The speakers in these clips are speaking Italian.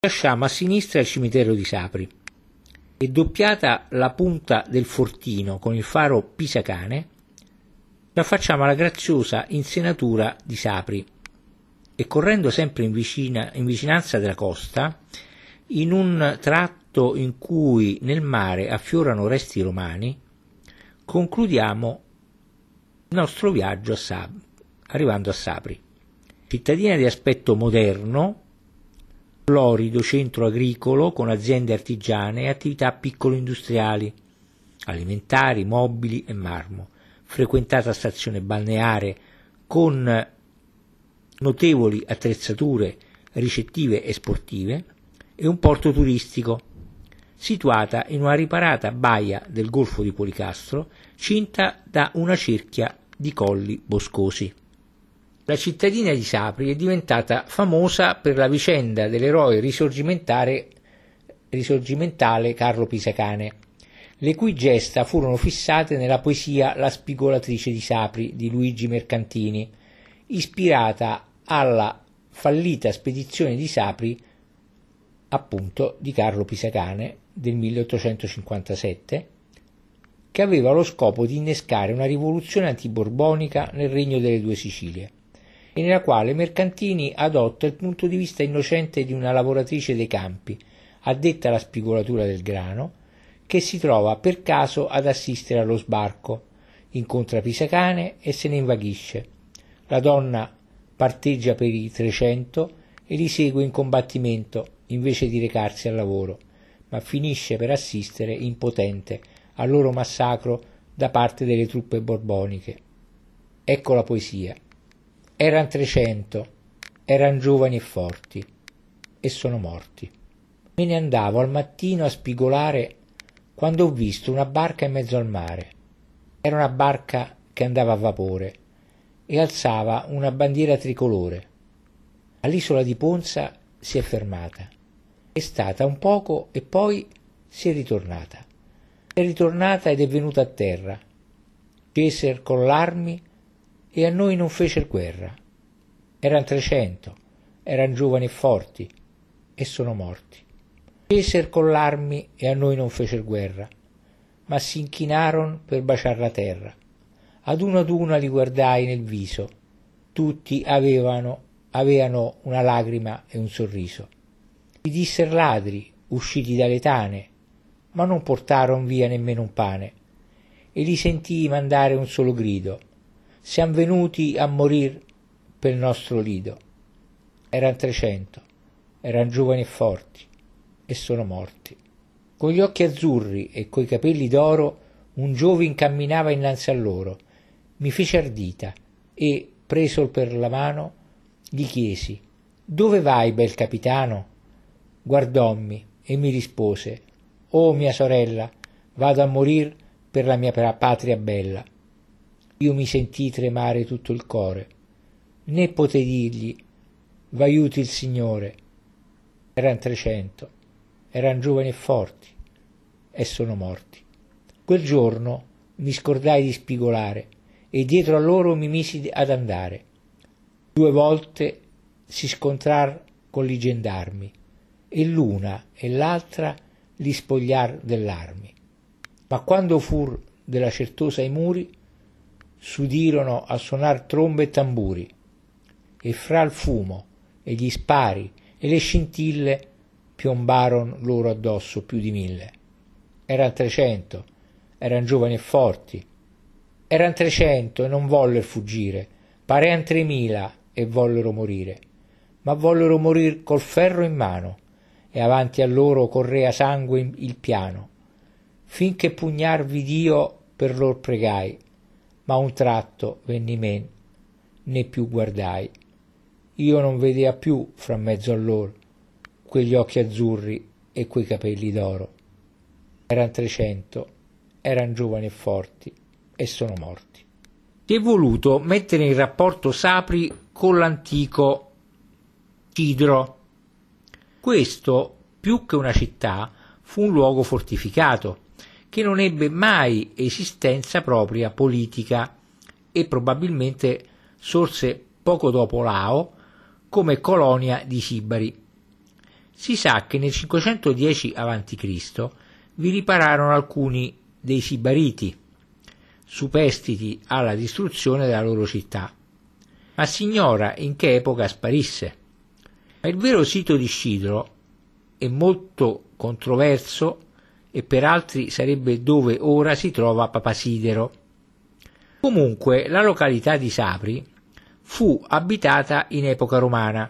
Lasciamo a sinistra il cimitero di Sapri e, doppiata la punta del fortino con il faro Pisacane, ci affacciamo alla graziosa insenatura di Sapri e, correndo sempre in vicinanza della costa, in un tratto in cui nel mare affiorano resti romani, concludiamo il nostro viaggio arrivando a Sapri, cittadina di aspetto moderno, florido centro agricolo con aziende artigiane e attività piccolo-industriali, alimentari, mobili e marmo, frequentata stazione balneare con notevoli attrezzature ricettive e sportive e un porto turistico, situata in una riparata baia del Golfo di Policastro, cinta da una cerchia di colli boscosi. La cittadina di Sapri è diventata famosa per la vicenda dell'eroe risorgimentale Carlo Pisacane, le cui gesta furono fissate nella poesia La spigolatrice di Sapri di Luigi Mercantini, ispirata alla fallita spedizione di Sapri, appunto, di Carlo Pisacane del 1857, che aveva lo scopo di innescare una rivoluzione antiborbonica nel regno delle due Sicilie, e nella quale Mercantini adotta il punto di vista innocente di una lavoratrice dei campi, addetta alla spigolatura del grano, che si trova per caso ad assistere allo sbarco, incontra Pisacane e se ne invaghisce. La donna parteggia per i 300 e li segue in combattimento invece di recarsi al lavoro, ma finisce per assistere impotente al loro massacro da parte delle truppe borboniche. Ecco la poesia. Eran 300, eran giovani e forti, e sono morti. Me ne andavo al mattino a spigolare quando ho visto una barca in mezzo al mare. Era una barca che andava a vapore e alzava una bandiera tricolore. All'isola di Ponza si è fermata. È stata un poco e poi si è ritornata. È ritornata ed è venuta a terra. Ceser con l'armi e a noi non fecer guerra. Eran 300, eran giovani e forti, e sono morti. Ceser con l'armi e a noi non fecer guerra, ma si inchinaron per baciar la terra. Ad una li guardai nel viso, tutti avevano una lagrima e un sorriso. Li disser ladri, usciti dalle tane, ma non portaron via nemmeno un pane, e li sentii mandare un solo grido: siam venuti a morir pel nostro lido. Eran 300, eran giovani e forti, e sono morti. Con gli occhi azzurri e coi capelli d'oro un giovin camminava innanzi a loro. Mi fece ardita e, preso per la mano, gli chiesi: dove vai, bel capitano? Guardommi e mi rispose: oh mia sorella, vado a morir per la mia patria bella. Io mi sentii tremare tutto il core, né potei dirgli: v'aiuti il Signore. Eran 300, eran giovani e forti, e sono morti. Quel giorno mi scordai di spigolare e dietro a loro mi misi ad andare. 2 volte si scontrar con i gendarmi e l'una e l'altra li spogliar dell'armi. Ma quando fur della Certosa ai muri, s'udirono a suonar trombe e tamburi, e fra il fumo e gli spari e le scintille piombaron loro addosso più di 1000. Eran 300, eran giovani e forti, eran 300 e non voller fuggire, parean 3000 e vollero morire, ma vollero morir col ferro in mano, e avanti a loro correa sangue il piano, finché pugnar v'Iddio per lor pregai, ma un tratto venni men, né più guardai. Io non vedea più fra mezzo a loro quegli occhi azzurri e quei capelli d'oro. Eran 300, eran giovani e forti, e sono morti. Si è voluto mettere in rapporto Sapri con l'antico Cidro. Questo, più che una città, fu un luogo fortificato, che non ebbe mai esistenza propria politica e probabilmente sorse poco dopo Lao come colonia di Sibari. Si sa che nel 510 a.C. vi ripararono alcuni dei Sibariti, superstiti alla distruzione della loro città, ma si ignora in che epoca sparisse. Ma il vero sito di Scidro è molto controverso e per altri sarebbe dove ora si trova Papasidero. Comunque la località di Sapri fu abitata in epoca romana.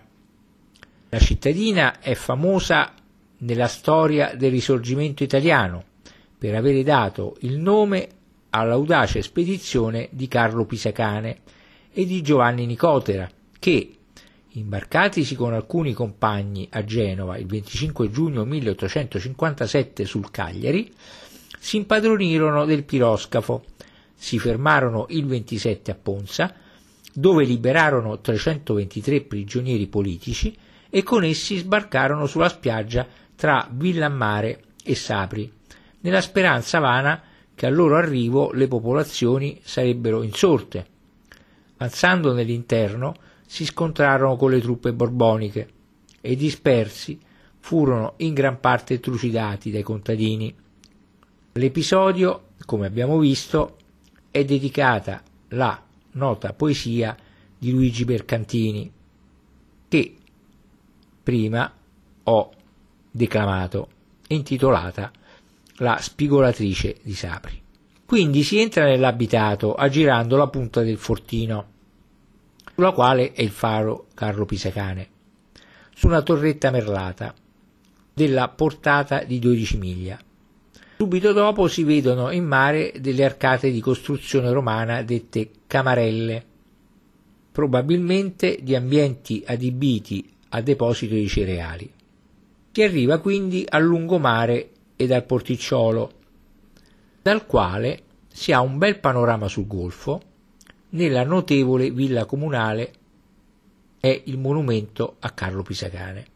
La cittadina è famosa nella storia del Risorgimento italiano per avere dato il nome all'audace spedizione di Carlo Pisacane e di Giovanni Nicotera, che, imbarcatisi con alcuni compagni a Genova il 25 giugno 1857 sul Cagliari, si impadronirono del piroscafo, si fermarono il 27 a Ponza, dove liberarono 323 prigionieri politici e con essi sbarcarono sulla spiaggia tra Villammare e Sapri, nella speranza vana che al loro arrivo le popolazioni sarebbero insorte. Avanzando nell'interno si scontrarono con le truppe borboniche e dispersi furono in gran parte trucidati dai contadini. L'episodio, come abbiamo visto, è dedicata alla nota poesia di Luigi Mercantini, che prima ho declamato, intitolata La spigolatrice di Sapri. Quindi si entra nell'abitato aggirando la punta del fortino, sulla quale è il faro Carlo Pisacane, su una torretta merlata della portata di 12 miglia. Subito dopo si vedono in mare delle arcate di costruzione romana dette camarelle, probabilmente di ambienti adibiti a deposito di cereali. Si arriva quindi al lungomare e al porticciolo, dal quale si ha un bel panorama sul golfo. Nella notevole villa comunale è il monumento a Carlo Pisacane.